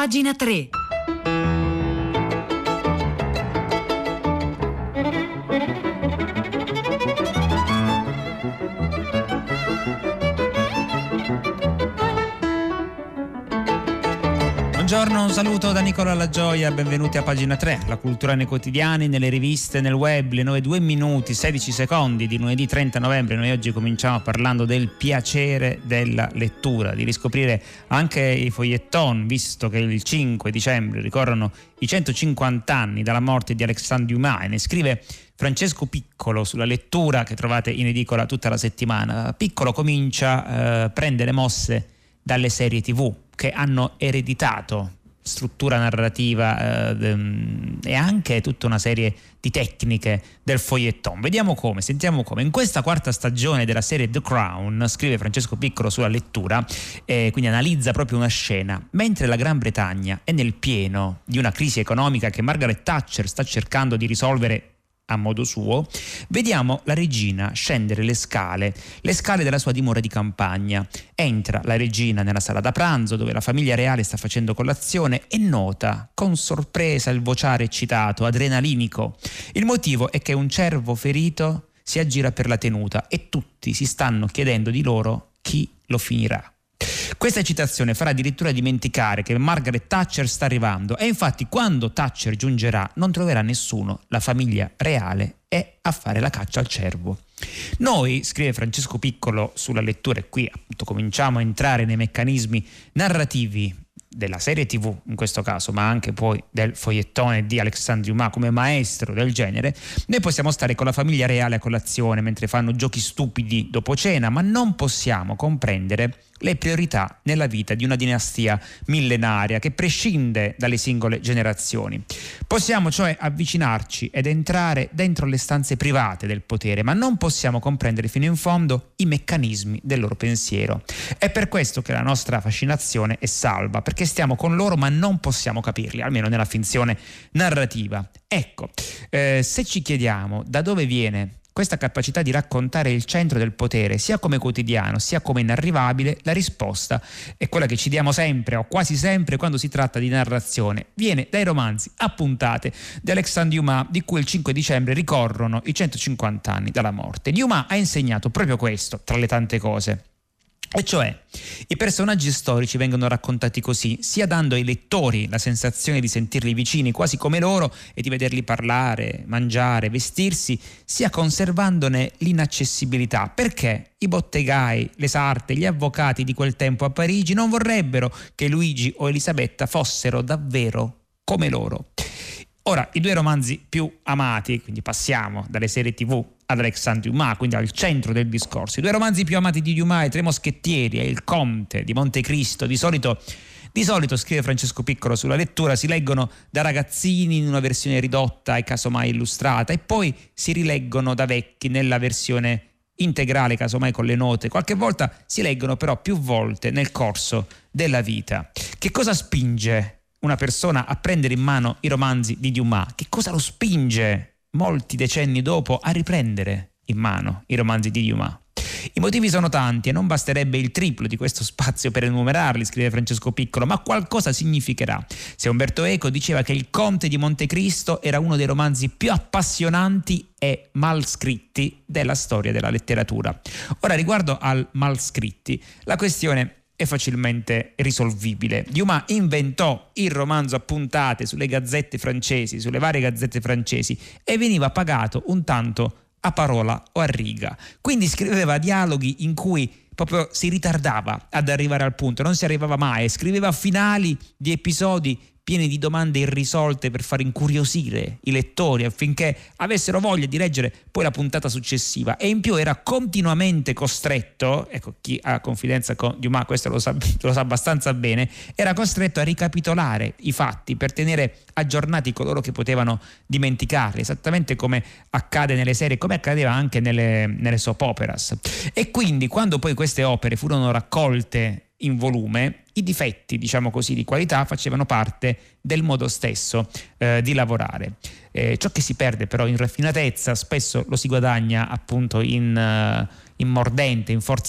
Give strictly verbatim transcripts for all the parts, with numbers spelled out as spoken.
Pagina tre. Buongiorno, un saluto da Nicola La Gioia, benvenuti a Pagina tre, la cultura nei quotidiani, nelle riviste, nel web, le nove due minuti, sedici secondi di lunedì trenta novembre. Noi oggi cominciamo parlando del piacere della lettura, di riscoprire anche i foglietton, visto che il cinque dicembre ricorrono i centocinquanta anni dalla morte di Alexandre Dumas, e ne scrive Francesco Piccolo sulla lettura, che trovate in edicola tutta la settimana. Piccolo comincia, eh, prende le mosse dalle serie tivù che hanno ereditato struttura narrativa eh, e anche tutta una serie di tecniche del foglietton. Vediamo come, sentiamo come. In questa quarta stagione della serie The Crown, scrive Francesco Piccolo sulla lettura, eh, quindi analizza proprio una scena. Mentre la Gran Bretagna è nel pieno di una crisi economica che Margaret Thatcher sta cercando di risolvere a modo suo, vediamo la regina scendere le scale, le scale della sua dimora di campagna. Entra la regina nella sala da pranzo dove la famiglia reale sta facendo colazione e nota con sorpresa il vociare eccitato, adrenalinico. Il motivo è che un cervo ferito si aggira per la tenuta e tutti si stanno chiedendo di loro chi lo finirà. Questa eccitazione farà addirittura dimenticare che Margaret Thatcher sta arrivando, e infatti quando Thatcher giungerà non troverà nessuno, la famiglia reale è a fare la caccia al cervo. Noi, scrive Francesco Piccolo sulla lettura, e qui appunto cominciamo a entrare nei meccanismi narrativi della serie tivù in questo caso, ma anche poi del fogliettone di Alexandre Dumas come maestro del genere. Noi possiamo stare con la famiglia reale a colazione mentre fanno giochi stupidi dopo cena, ma non possiamo comprendere le priorità nella vita di una dinastia millenaria che prescinde dalle singole generazioni. Possiamo cioè avvicinarci ed entrare dentro le stanze private del potere, ma non possiamo comprendere fino in fondo i meccanismi del loro pensiero. È per questo che la nostra fascinazione è salva, perché stiamo con loro ma non possiamo capirli, almeno nella finzione narrativa. Ecco, eh, se ci chiediamo da dove viene questa capacità di raccontare il centro del potere sia come quotidiano sia come inarrivabile, la risposta è quella che ci diamo sempre o quasi sempre quando si tratta di narrazione. Viene dai romanzi a puntate di Alexandre Dumas, di cui il cinque dicembre ricorrono i centocinquanta anni dalla morte. Dumas ha insegnato proprio questo, tra le tante cose. E cioè, i personaggi storici vengono raccontati così, sia dando ai lettori la sensazione di sentirli vicini, quasi come loro, e di vederli parlare, mangiare, vestirsi, sia conservandone l'inaccessibilità, perché i bottegai, le sarte, gli avvocati di quel tempo a Parigi non vorrebbero che Luigi o Elisabetta fossero davvero come loro. Ora, i due romanzi più amati, quindi passiamo dalle serie tivù ad Alexandre Dumas, quindi al centro del discorso. I due romanzi più amati di Dumas, I Tre Moschettieri e Il Conte di Montecristo, di solito, di solito, scrive Francesco Piccolo sulla lettura, si leggono da ragazzini in una versione ridotta e casomai illustrata, e poi si rileggono da vecchi nella versione integrale, casomai con le note. Qualche volta si leggono però più volte nel corso della vita. Che cosa spinge una persona a prendere in mano i romanzi di Dumas? Che cosa lo spinge molti decenni dopo a riprendere in mano i romanzi di Dumas? I motivi sono tanti e non basterebbe il triplo di questo spazio per enumerarli, scrive Francesco Piccolo, ma qualcosa significherà. Se Umberto Eco diceva che Il Conte di Montecristo era uno dei romanzi più appassionanti e mal scritti della storia della letteratura. Ora, riguardo al mal scritti, la questione è facilmente risolvibile. Dumas inventò il romanzo a puntate sulle gazzette francesi, sulle varie gazzette francesi, e veniva pagato un tanto a parola o a riga. Quindi scriveva dialoghi in cui proprio si ritardava ad arrivare al punto, non si arrivava mai, scriveva finali di episodi pieni di domande irrisolte per far incuriosire i lettori affinché avessero voglia di leggere poi la puntata successiva, e in più era continuamente costretto, ecco, chi ha confidenza con Dumas questo lo sa, lo sa abbastanza bene, era costretto a ricapitolare i fatti per tenere aggiornati coloro che potevano dimenticarli, esattamente come accade nelle serie, come accadeva anche nelle, nelle soap operas. E quindi quando poi queste opere furono raccolte in volume, i difetti, diciamo così, di qualità facevano parte del modo stesso eh, di lavorare. Eh, ciò che si perde però in raffinatezza spesso lo si guadagna appunto in, uh, in mordente, in forza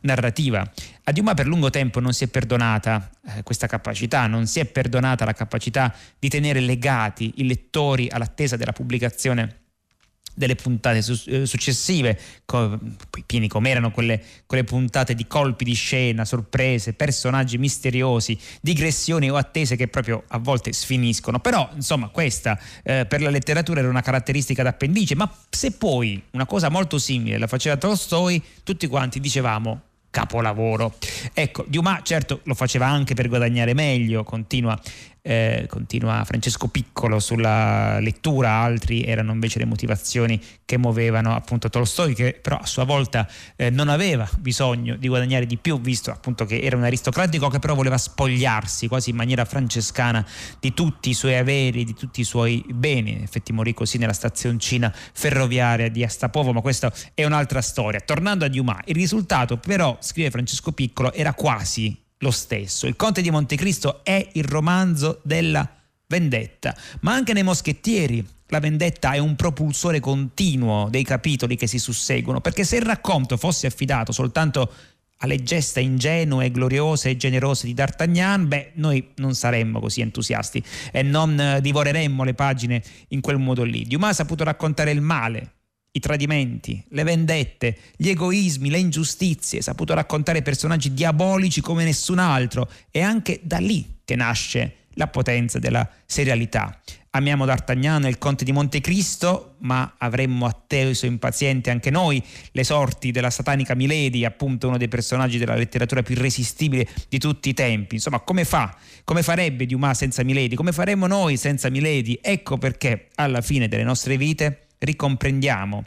narrativa. A Dumas per lungo tempo non si è perdonata eh, questa capacità, non si è perdonata la capacità di tenere legati i lettori all'attesa della pubblicazione delle puntate su- successive, co- pieni come erano quelle, quelle puntate di colpi di scena, sorprese, personaggi misteriosi, digressioni o attese che proprio a volte sfiniscono. Però insomma questa eh, per la letteratura era una caratteristica d'appendice, ma se poi una cosa molto simile la faceva Tolstoi, tutti quanti dicevamo capolavoro. Ecco, Dumas certo lo faceva anche per guadagnare meglio, continua Eh, continua Francesco Piccolo sulla lettura, altri erano invece le motivazioni che muovevano appunto Tolstoi, che però a sua volta eh, non aveva bisogno di guadagnare di più, visto appunto che era un aristocratico che però voleva spogliarsi quasi in maniera francescana di tutti i suoi averi, di tutti i suoi beni. In effetti morì così nella stazioncina ferroviaria di Astapovo, ma questa è un'altra storia. Tornando a Dumas, il risultato però, scrive Francesco Piccolo, era quasi lo stesso. Il Conte di Montecristo è il romanzo della vendetta, ma anche nei Moschettieri la vendetta è un propulsore continuo dei capitoli che si susseguono, perché se il racconto fosse affidato soltanto alle gesta ingenue, gloriose e generose di D'Artagnan, beh, noi non saremmo così entusiasti e non divoreremmo le pagine in quel modo lì. Dumas ha saputo raccontare il male, i tradimenti, le vendette, gli egoismi, le ingiustizie, ha saputo raccontare personaggi diabolici come nessun altro, e anche da lì che nasce la potenza della serialità. Amiamo D'Artagnan e il Conte di Montecristo, ma avremmo atteso impaziente anche noi le sorti della satanica Milady, appunto uno dei personaggi della letteratura più irresistibile di tutti i tempi. Insomma, come fa? Come farebbe Dumas senza Milady? Come faremmo noi senza Milady? Ecco perché alla fine delle nostre vite ricomprendiamo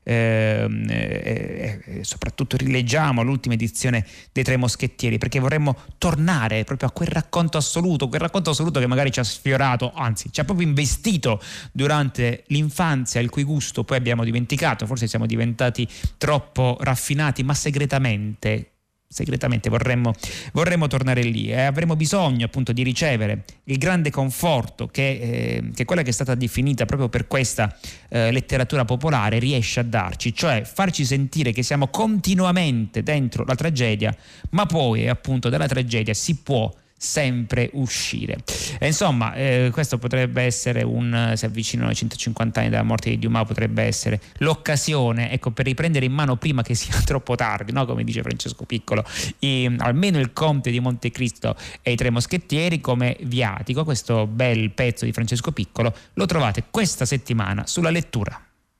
e eh, eh, soprattutto rileggiamo l'ultima edizione dei Tre Moschettieri, perché vorremmo tornare proprio a quel racconto assoluto, quel racconto assoluto che magari ci ha sfiorato, anzi ci ha proprio investito durante l'infanzia, il cui gusto poi abbiamo dimenticato, forse siamo diventati troppo raffinati, ma segretamente segretamente vorremmo, vorremmo tornare lì, e avremo bisogno appunto di ricevere il grande conforto che, eh, che quella che è stata definita proprio per questa eh, letteratura popolare riesce a darci, cioè farci sentire che siamo continuamente dentro la tragedia, ma poi appunto dalla tragedia si può sempre uscire. E insomma, eh, questo potrebbe essere un, si avvicinano ai centocinquanta anni dalla morte di Dumas, potrebbe essere l'occasione, ecco, per riprendere in mano prima che sia troppo tardi, no? Come dice Francesco Piccolo, i, almeno il Conte di Montecristo e i Tre Moschettieri come viatico. Questo bel pezzo di Francesco Piccolo lo trovate questa settimana sulla Lettura.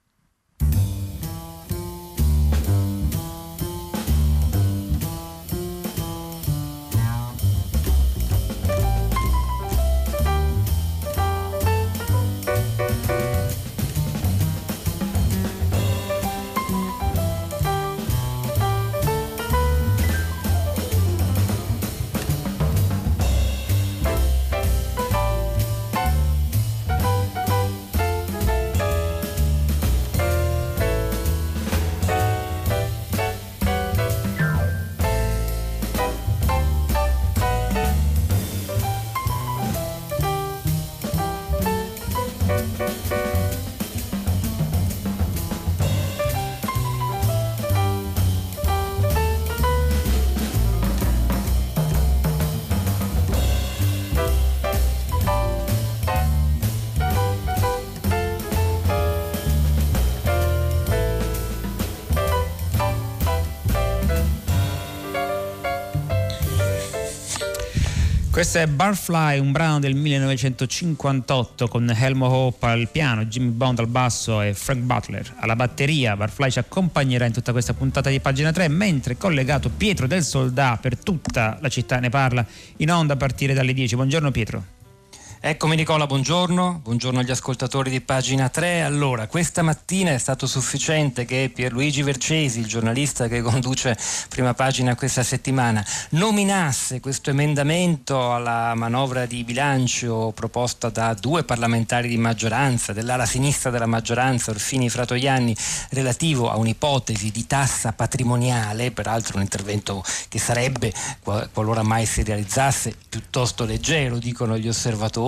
Questo è Barfly, un brano del millenovecentocinquantotto con Helmo Hope al piano, Jimmy Bond al basso e Frank Butler alla batteria. Barfly ci accompagnerà in tutta questa puntata di Pagina tre, mentre collegato Pietro del Soldà per tutta la città ne parla, in onda a partire dalle dieci. Buongiorno Pietro. Eccomi Nicola, buongiorno, buongiorno agli ascoltatori di Pagina tre. Allora, questa mattina è stato sufficiente che Pierluigi Vercesi, il giornalista che conduce Prima Pagina questa settimana, nominasse questo emendamento alla manovra di bilancio proposta da due parlamentari di maggioranza, dell'ala sinistra della maggioranza, Orfini e Fratoianni, relativo a un'ipotesi di tassa patrimoniale, peraltro un intervento che sarebbe, qualora mai si realizzasse, piuttosto leggero, dicono gli osservatori,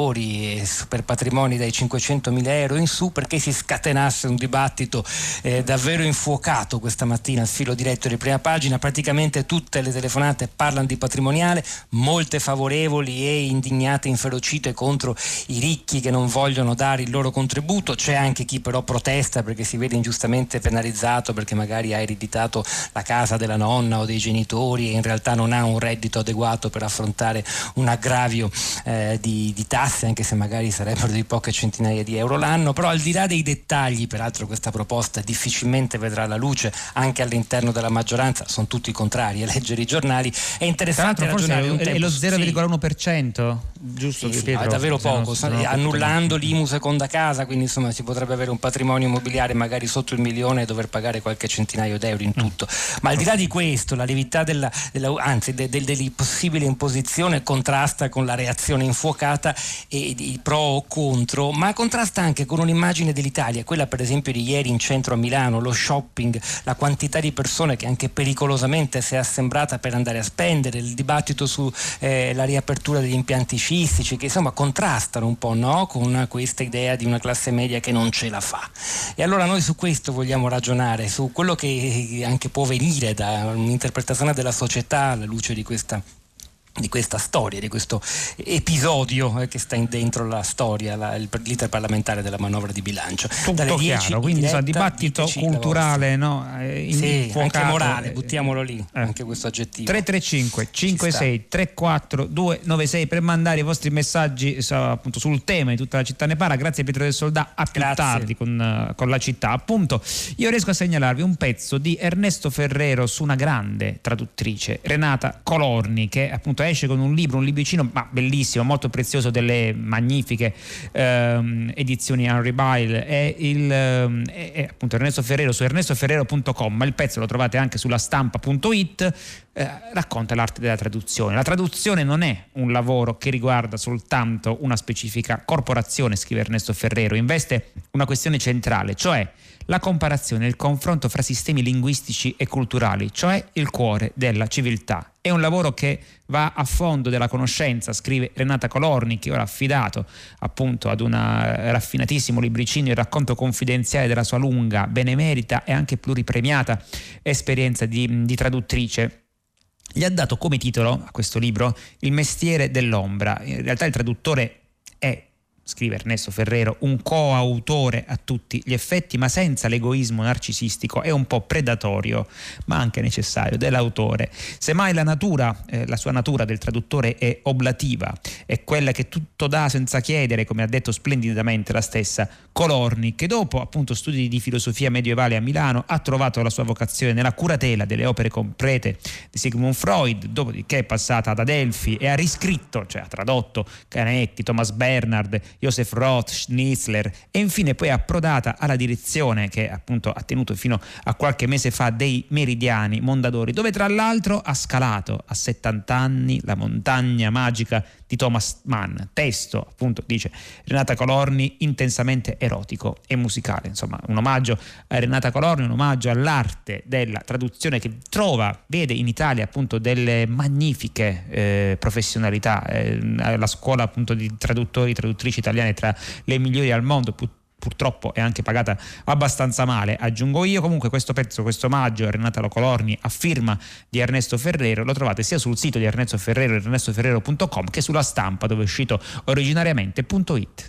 genitori per patrimoni dai cinquecentomila euro in su, perché si scatenasse un dibattito eh, davvero infuocato questa mattina al filo diretto di Prima Pagina. Praticamente tutte le telefonate parlano di patrimoniale, molte favorevoli e indignate, inferocite contro i ricchi che non vogliono dare il loro contributo. C'è anche chi però protesta perché si vede ingiustamente penalizzato perché magari ha ereditato la casa della nonna o dei genitori e in realtà non ha un reddito adeguato per affrontare un aggravio eh, di, di tasse, anche se magari sarebbero di poche centinaia di euro l'anno. Però al di là dei dettagli, peraltro questa proposta difficilmente vedrà la luce anche all'interno della maggioranza, sono tutti contrari a leggere i giornali. È interessante ragionare un tempo. È lo zero virgola uno per cento, giusto? Sì, sì, Pietro, è davvero poco, no, no, annullando l'I M U seconda casa, quindi insomma si potrebbe avere un patrimonio immobiliare magari sotto il milione e dover pagare qualche centinaio d'euro in tutto. Ma al di là di questo, la lievità della, della anzi de, de, della possibile imposizione contrasta con la reazione infuocata e di pro o contro, ma contrasta anche con un'immagine dell'Italia, quella per esempio di ieri in centro a Milano, lo shopping, la quantità di persone che anche pericolosamente si è assembrata per andare a spendere, il dibattito su eh, la riapertura degli impianti sciistici, che insomma contrastano un po', no? Con una, questa idea di una classe media che non ce la fa. E allora noi su questo vogliamo ragionare, su quello che anche può venire da un'interpretazione della società alla luce di questa di questa storia, di questo episodio eh, che sta in dentro la storia, la, l'iter parlamentare della manovra di bilancio. Tutto chiaro, quindi diretta, dibattito culturale, no? Eh, sì, anche morale, buttiamolo lì, eh. anche questo aggettivo. tre tre cinque cinque sei tre quattro due nove sei per mandare i vostri messaggi so, appunto sul tema di Tutta la città ne parla. Grazie Pietro del Soldà, a più Grazie. tardi con, con la città. Appunto, io riesco a segnalarvi un pezzo di Ernesto Ferrero su una grande traduttrice, Renata Colorni, che appunto esce con un libro, un libricino ma bellissimo, molto prezioso, delle magnifiche ehm, edizioni Henry Bile. È, il, ehm, è, è appunto Ernesto Ferrero su ernesto ferrero punto com, ma il pezzo lo trovate anche sulla stampa punto it. Eh, racconta l'arte della traduzione. La traduzione non è un lavoro che riguarda soltanto una specifica corporazione, scrive Ernesto Ferrero, investe una questione centrale, cioè la comparazione, il confronto fra sistemi linguistici e culturali, cioè il cuore della civiltà. È un lavoro che va a fondo della conoscenza, scrive Renata Colorni, che ora ha affidato appunto ad un raffinatissimo libricino il racconto confidenziale della sua lunga, benemerita e anche pluripremiata esperienza di, di traduttrice. Gli ha dato come titolo a questo libro Il mestiere dell'ombra. In realtà il traduttore è, scrive Ernesto Ferrero, un coautore a tutti gli effetti, ma senza l'egoismo narcisistico e un po' predatorio, ma anche necessario, dell'autore. Semmai la natura, eh, la sua natura del traduttore è oblativa, è quella che tutto dà senza chiedere, come ha detto splendidamente la stessa Colorni, che dopo appunto studi di filosofia medievale a Milano ha trovato la sua vocazione nella curatela delle opere complete di Sigmund Freud, dopodiché è passata ad Adelphi e ha riscritto, cioè ha tradotto Canetti, Thomas Bernhard, Joseph Roth, Schnitzler e infine poi approdata alla direzione che appunto ha tenuto fino a qualche mese fa dei Meridiani Mondadori, dove tra l'altro ha scalato a settanta anni la montagna magica di Thomas Mann, testo appunto, dice Renata Colorni, intensamente erotico e musicale. Insomma, un omaggio a Renata Colorni, un omaggio all'arte della traduzione che trova, vede in Italia appunto delle magnifiche eh, professionalità, eh, la scuola appunto di traduttori, traduttrici italiane tra le migliori al mondo. Pur purtroppo è anche pagata abbastanza male, aggiungo io. Comunque questo pezzo, questo omaggio a Renata Colorni a firma di Ernesto Ferrero, lo trovate sia sul sito di Ernesto Ferrero, ernesto ferrero punto com, che sulla stampa, dove è uscito originariamente .it.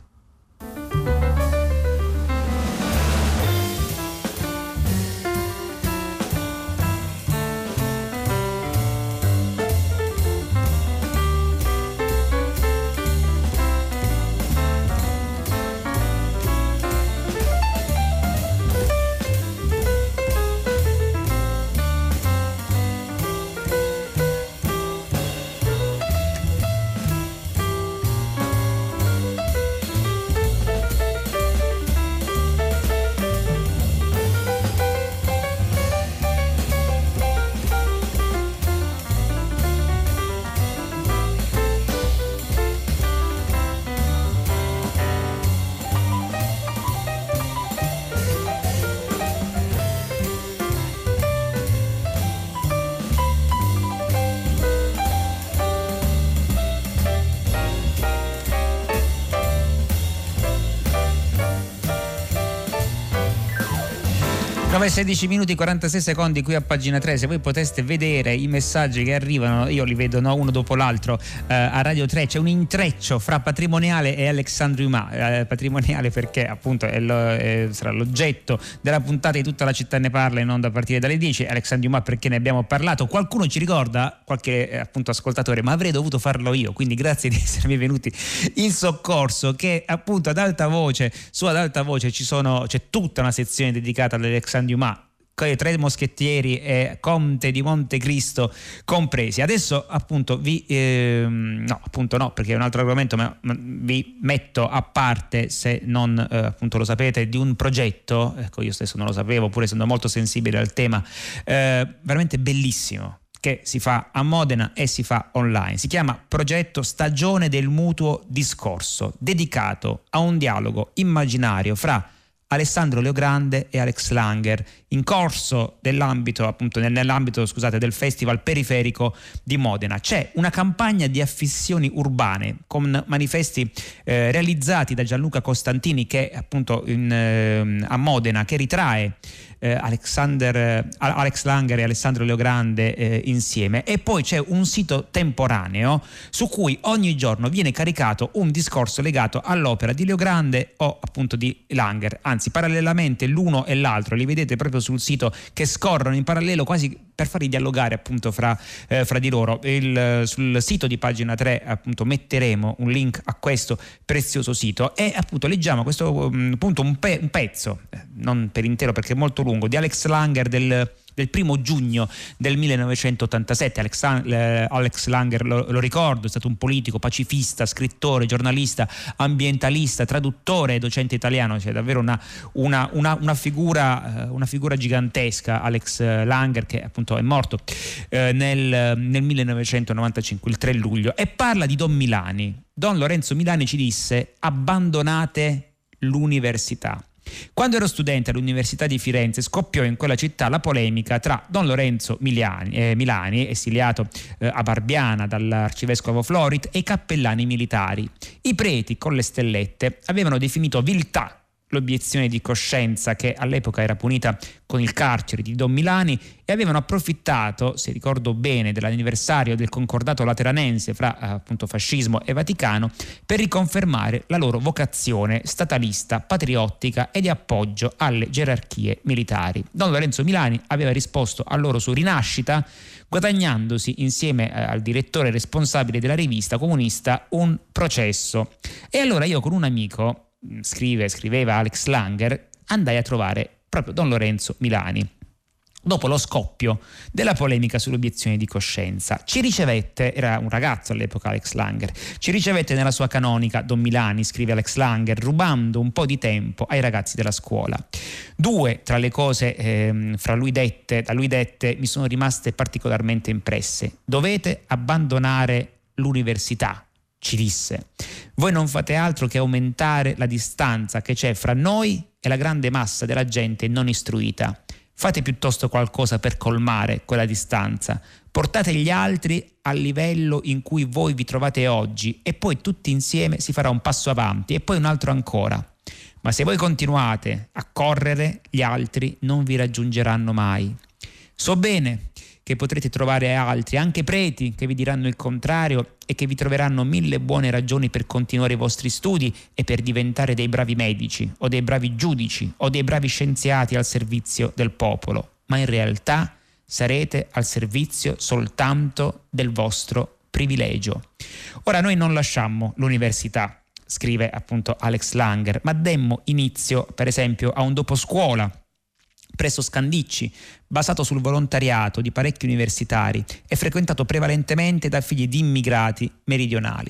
nove e sedici minuti quarantasei secondi qui a pagina tre. Se voi poteste vedere i messaggi che arrivano, io li vedo no, uno dopo l'altro eh, a Radio tre. C'è un intreccio fra Patrimoniale e Alexandre Dumas. eh, Patrimoniale perché appunto è lo, è, sarà l'oggetto della puntata di Tutta la città ne parla in onda a partire dalle dieci. Alexandre Dumas perché ne abbiamo parlato. Qualcuno ci ricorda, qualche eh, appunto ascoltatore, ma avrei dovuto farlo io, quindi grazie di essermi venuti in soccorso, che appunto ad alta voce, su ad alta voce ci sono, c'è tutta una sezione dedicata all'Alexandre Dumas, Tre moschettieri e Conte di Montecristo compresi. Adesso appunto vi ehm, no appunto no perché è un altro argomento, ma, ma vi metto a parte, se non eh, appunto lo sapete, di un progetto, ecco io stesso non lo sapevo pur essendo molto sensibile al tema, eh, veramente bellissimo, che si fa a Modena e si fa online. Si chiama Progetto Stagione del Mutuo Discorso, dedicato a un dialogo immaginario fra Alessandro Leogrande e Alex Langer, in corso dell'ambito, appunto nell'ambito scusate, del Festival Periferico di Modena. C'è una campagna di affissioni urbane con manifesti eh, realizzati da Gianluca Costantini, che appunto in, eh, a Modena, che ritrae eh, Alexander, eh, Alex Langer e Alessandro Leogrande eh, insieme, e poi c'è un sito temporaneo su cui ogni giorno viene caricato un discorso legato all'opera di Leogrande o appunto di Langer. Anzi, parallelamente l'uno e l'altro li vedete proprio sul sito, che scorrono in parallelo quasi per farli dialogare appunto fra, eh, fra di loro. Il, sul sito di pagina tre appunto metteremo un link a questo prezioso sito e appunto leggiamo a questo um, punto un, pe- un pezzo, eh, non per intero perché è molto lungo, di Alex Langer del del primo giugno del millenovecentottantasette. Alex, eh, Alex Langer, lo, lo ricordo, è stato un politico, pacifista, scrittore, giornalista, ambientalista, traduttore, docente italiano. Cioè davvero una, una, una, una, figura, una figura gigantesca, Alex Langer, che appunto è morto eh, nel, nel millenovecentonovantacinque, il tre luglio, e parla di Don Milani. Don Lorenzo Milani ci disse: abbandonate l'università. Quando ero studente all'Università di Firenze scoppiò in quella città la polemica tra Don Lorenzo Milani, eh, Milani esiliato eh, a Barbiana dall'arcivescovo Florit, e i cappellani militari. I preti con le stellette avevano definito viltà l'obiezione di coscienza, che all'epoca era punita con il carcere di Don Milani, e avevano approfittato, se ricordo bene, dell'anniversario del concordato lateranense fra appunto fascismo e Vaticano per riconfermare la loro vocazione statalista, patriottica e di appoggio alle gerarchie militari. Don Lorenzo Milani aveva risposto a loro su Rinascita, guadagnandosi insieme al direttore responsabile della rivista comunista un processo. E allora io con un amico, scrive, scriveva Alex Langer, andai a trovare proprio Don Lorenzo Milani dopo lo scoppio della polemica sull'obiezione di coscienza. Ci ricevette, era un ragazzo all'epoca Alex Langer, ci ricevette nella sua canonica Don Milani, scrive Alex Langer, rubando un po' di tempo ai ragazzi della scuola. Due tra le cose eh, fra lui dette, da lui dette mi sono rimaste particolarmente impresse: dovete abbandonare l'università, ci disse. Voi non fate altro che aumentare la distanza che c'è fra noi e la grande massa della gente non istruita. Fate piuttosto qualcosa per colmare quella distanza. Portate gli altri al livello in cui voi vi trovate oggi, e poi tutti insieme si farà un passo avanti e poi un altro ancora. Ma se voi continuate a correre, gli altri non vi raggiungeranno mai. So bene che potrete trovare altri, anche preti, che vi diranno il contrario e che vi troveranno mille buone ragioni per continuare i vostri studi e per diventare dei bravi medici o dei bravi giudici o dei bravi scienziati al servizio del popolo, ma in realtà sarete al servizio soltanto del vostro privilegio. Ora, noi non lasciammo l'università, scrive appunto Alex Langer, ma demmo inizio per esempio a un doposcuola presso Scandicci, basato sul volontariato di parecchi universitari e frequentato prevalentemente da figli di immigrati meridionali.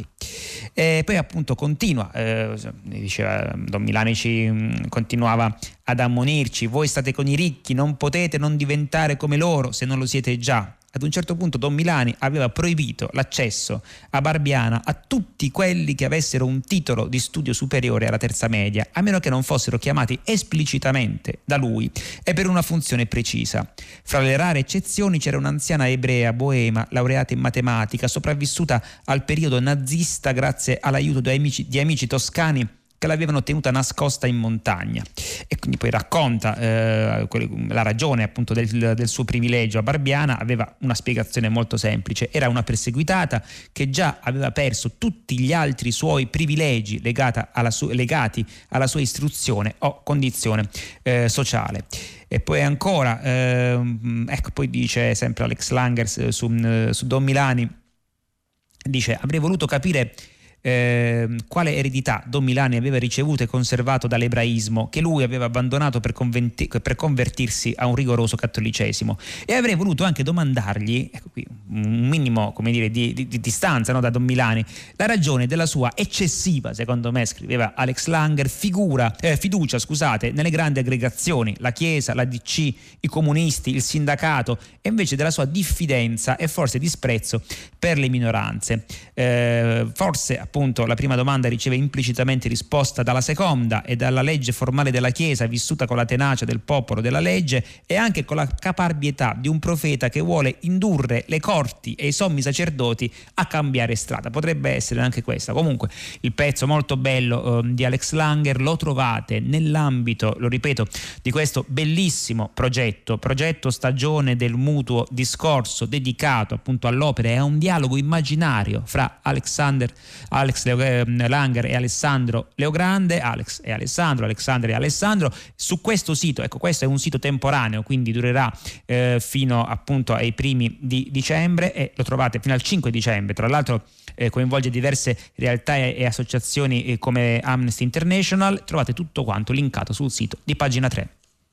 E poi appunto continua, eh, diceva Don Milani, ci mh, continuava ad ammonirci: voi state con i ricchi, non potete non diventare come loro se non lo siete già. Ad un certo punto Don Milani aveva proibito l'accesso a Barbiana a tutti quelli che avessero un titolo di studio superiore alla terza media, a meno che non fossero chiamati esplicitamente da lui e per una funzione precisa. Fra le rare eccezioni c'era un'anziana ebrea boema, laureata in matematica, sopravvissuta al periodo nazista grazie all'aiuto di amici, di amici toscani che l'avevano tenuta nascosta in montagna. E quindi poi racconta eh, la ragione appunto del, del suo privilegio a Barbiana. Aveva una spiegazione molto semplice: era una perseguitata che già aveva perso tutti gli altri suoi privilegi legata alla su- legati alla sua istruzione o condizione eh, sociale. E poi ancora ehm, ecco, poi dice sempre Alex Langer su, su Don Milani, dice: avrei voluto capire Eh, quale eredità Don Milani aveva ricevuto e conservato dall'ebraismo che lui aveva abbandonato per, conventi- per convertirsi a un rigoroso cattolicesimo, e avrei voluto anche domandargli, ecco qui un minimo, come dire, di, di, di distanza, no, da Don Milani, la ragione della sua eccessiva, secondo me, scriveva Alex Langer, figura, eh, fiducia scusate, nelle grandi aggregazioni, la Chiesa, la D C, i comunisti, il sindacato, e invece della sua diffidenza e forse disprezzo per le minoranze. Eh, forse appunto la prima domanda riceve implicitamente risposta dalla seconda, e dalla legge formale della Chiesa vissuta con la tenacia del popolo della legge e anche con la caparbietà di un profeta che vuole indurre le corti e i sommi sacerdoti a cambiare strada. Potrebbe essere anche questa. Comunque il pezzo molto bello eh, di Alex Langer lo trovate nell'ambito, lo ripeto, di questo bellissimo progetto, progetto Stagione del mutuo discorso, dedicato appunto all'opera e a un dialogo immaginario fra Alexander Alex Langer e Alessandro Leogrande, Alex e Alessandro, Alexander e Alessandro. Su questo sito, ecco, questo è un sito temporaneo, quindi durerà eh, fino appunto ai primi di dicembre, e lo trovate fino al cinque dicembre. Tra l'altro eh, coinvolge diverse realtà e, e associazioni eh, come Amnesty International. Trovate tutto quanto linkato sul sito di Pagina tre.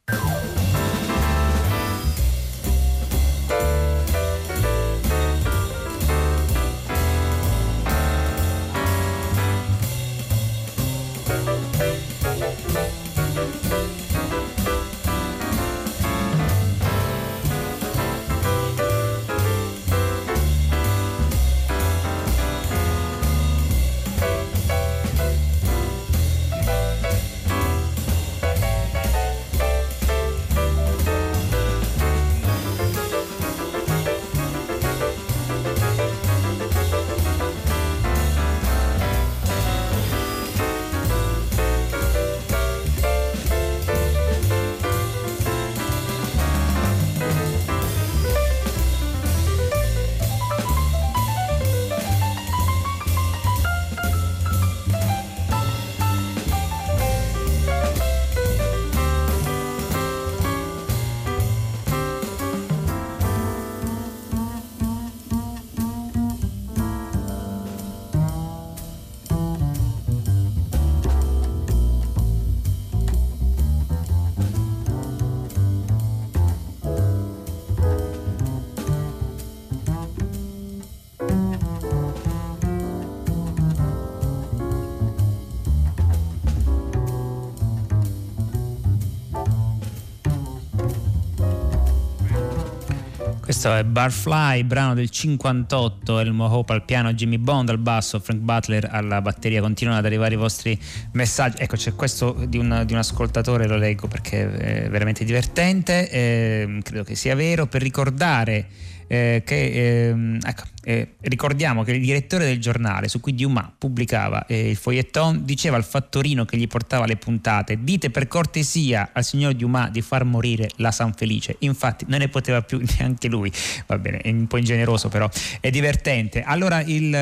Questo è Barfly, brano del cinquantotto, Elmo Hope al piano, Jimmy Bond al basso, Frank Butler alla batteria. Continuano ad arrivare i vostri messaggi. Ecco, c'è questo di un, di un ascoltatore, lo leggo perché è veramente divertente, eh, credo che sia vero, per ricordare eh, che eh, ecco, eh, ricordiamo che il direttore del giornale su cui Dumas pubblicava eh, il feuilleton diceva al fattorino che gli portava le puntate: dite per cortesia al signor Dumas di far morire la Sanfelice. Infatti non ne poteva più neanche lui. Va bene, è un po' ingeneroso, però è divertente. Allora, il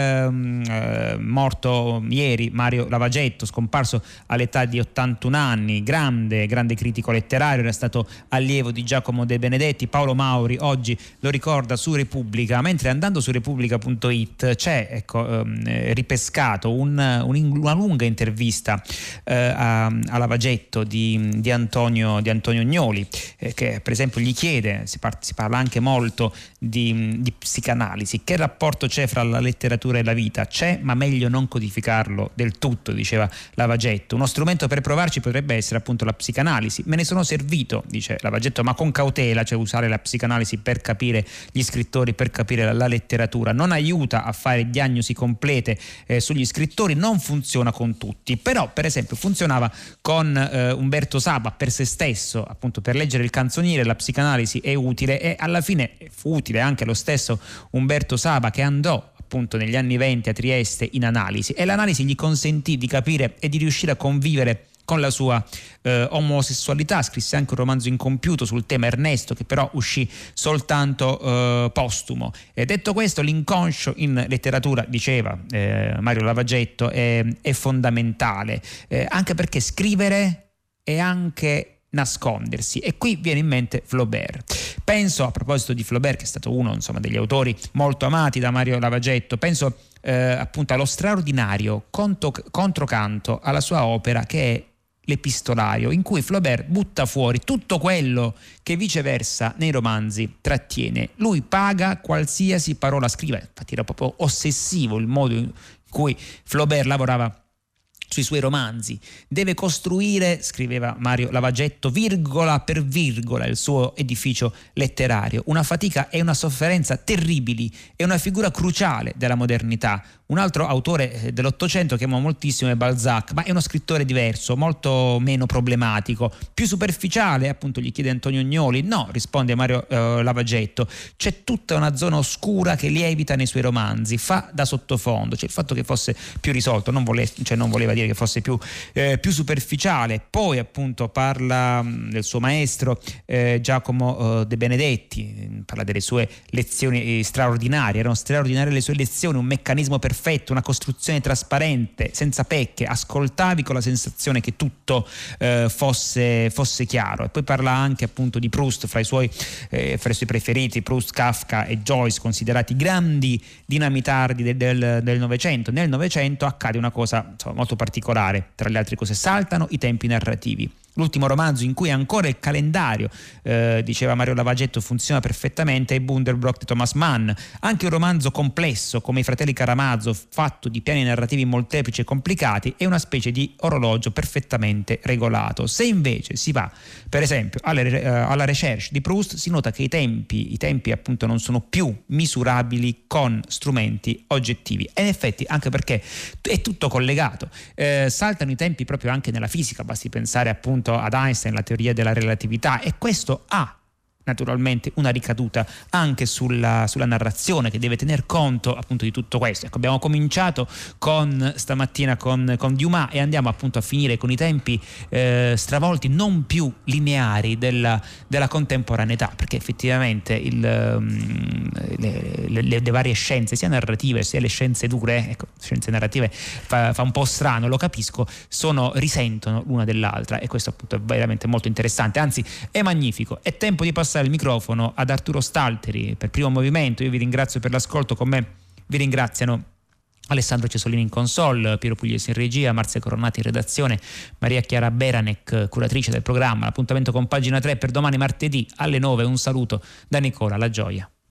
eh, morto ieri Mario Lavagetto, scomparso all'età di ottantuno anni, grande grande critico letterario, era stato allievo di Giacomo De Benedetti. Paolo Mauri oggi lo ricorda su Repubblica, mentre andando su Repubblica punto it c'è, ecco, ehm, ripescato un, un, una lunga intervista eh, a, a Lavagetto di, di Antonio di Antonio Gnoli, eh, che per esempio gli chiede, si, par- si parla anche molto di, di psicanalisi, che rapporto c'è fra la letteratura e la vita? C'è, ma meglio non codificarlo del tutto, diceva Lavagetto. Uno strumento per provarci potrebbe essere appunto la psicanalisi. Me ne sono servito, dice Lavagetto, ma con cautela, cioè usare la psicanalisi per capire gli scrittori, per capire la, la letteratura. Non aiuta a fare diagnosi complete eh, sugli scrittori, non funziona con tutti, però per esempio funzionava con eh, Umberto Saba per se stesso, appunto per leggere il canzoniere. La psicanalisi è utile, e alla fine fu utile anche lo stesso Umberto Saba, che andò appunto negli anni venti a Trieste in Analisi, e l'Analisi gli consentì di capire e di riuscire a convivere con la sua eh, omosessualità. Scrisse anche un romanzo incompiuto sul tema, Ernesto, che però uscì soltanto eh, postumo. E detto questo, l'inconscio in letteratura, diceva eh, Mario Lavagetto, è, è fondamentale, eh, anche perché scrivere è anche nascondersi, e qui viene in mente Flaubert. Penso, a proposito di Flaubert, che è stato uno, insomma, degli autori molto amati da Mario Lavagetto, penso eh, appunto allo straordinario conto, controcanto alla sua opera, che è L'Epistolario, in cui Flaubert butta fuori tutto quello che viceversa nei romanzi trattiene. Lui paga qualsiasi parola scriva, infatti era proprio ossessivo il modo in cui Flaubert lavorava sui suoi romanzi. Deve costruire, scriveva Mario Lavagetto, virgola per virgola il suo edificio letterario. Una fatica e una sofferenza terribili, è una figura cruciale della modernità. Un altro autore dell'Ottocento che amo moltissimo è Balzac, ma è uno scrittore diverso, molto meno problematico, più superficiale, appunto gli chiede Antonio Agnoli. No, risponde Mario eh, Lavagetto, c'è tutta una zona oscura che lievita nei suoi romanzi, fa da sottofondo, cioè il fatto che fosse più risolto, non, vole, cioè non voleva dire che fosse più, eh, più superficiale. Poi appunto parla mh, del suo maestro eh, Giacomo eh, De Benedetti, parla delle sue lezioni eh, straordinarie, erano straordinarie le sue lezioni, un meccanismo perfetto, una costruzione trasparente, senza pecche, ascoltavi con la sensazione che tutto eh, fosse, fosse chiaro. E poi parla anche appunto di Proust, fra i suoi, eh, fra i suoi preferiti, Proust, Kafka e Joyce, considerati grandi dinamitardi del Novecento. Nel Novecento accade una cosa, insomma, molto particolare, tra le altre cose saltano i tempi narrativi. L'ultimo romanzo in cui ancora il calendario, eh, diceva Mario Lavagetto, funziona perfettamente è Bunderbrock di Thomas Mann. Anche un romanzo complesso come I Fratelli Karamazov, fatto di piani narrativi molteplici e complicati, è una specie di orologio perfettamente regolato. Se invece si va, per esempio, alle, eh, alla recherche di Proust, si nota che i tempi, i tempi appunto non sono più misurabili con strumenti oggettivi. E in effetti, anche perché è tutto collegato, eh, saltano i tempi proprio anche nella fisica, basti pensare appunto ad Einstein, la teoria della relatività, e questo ha naturalmente una ricaduta anche sulla, sulla narrazione, che deve tener conto appunto di tutto questo. Ecco, abbiamo cominciato con stamattina con, con Dumas e andiamo appunto a finire con i tempi eh, stravolti, non più lineari della, della contemporaneità, perché effettivamente il, um, le, le, le varie scienze, sia narrative sia le scienze dure, ecco, scienze narrative fa, fa un po' strano, lo capisco, sono, risentono l'una dell'altra, e questo appunto è veramente molto interessante, anzi è magnifico. È tempo di passare il microfono ad Arturo Stalteri per Primo Movimento. Io vi ringrazio per l'ascolto, con me vi ringraziano Alessandro Cesolini in console, Piero Pugliese in regia, Marzia Coronati in redazione, Maria Chiara Beranec, curatrice del programma. L'appuntamento con Pagina tre per domani martedì alle nove. Un saluto da Nicola La Gioia.